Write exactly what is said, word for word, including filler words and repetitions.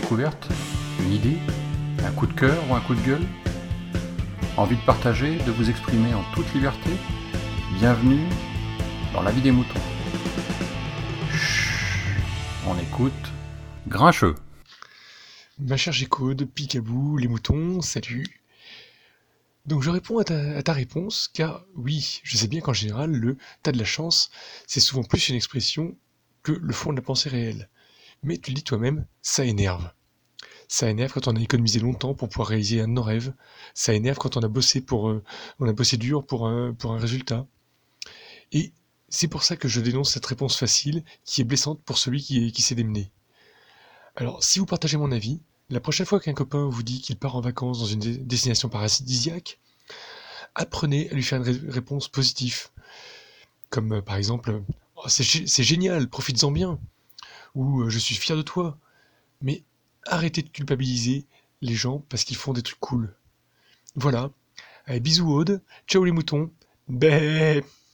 découverte, une idée, un coup de cœur ou un coup de gueule? Envie de partager, de vous exprimer en toute liberté? Bienvenue dans la vie des moutons. Chut, on écoute Grincheux. Ma chère G-Code, Picabou, les moutons, salut. Donc je réponds à ta, à ta réponse, car oui, je sais bien qu'en général, le « t'as de la chance », c'est souvent plus une expression que le fond de la pensée réelle. Mais tu le dis toi-même, ça énerve. Ça énerve quand on a économisé longtemps pour pouvoir réaliser un de nos rêves. Ça énerve quand on a bossé pour, euh, on a bossé dur pour un, pour un résultat. Et c'est pour ça que je dénonce cette réponse facile, qui est blessante pour celui qui, qui s'est démené. Alors, si vous partagez mon avis, la prochaine fois qu'un copain vous dit qu'il part en vacances dans une dé- destination paradisiaque, apprenez à lui faire une ré- réponse positive. Comme euh, par exemple oh, c'est, gé- c'est génial, profites-en bien. Ou euh, je suis fier de toi. Mais arrêtez de culpabiliser les gens parce qu'ils font des trucs cool. Voilà. Allez, bisous Aude. Ciao les moutons. Bé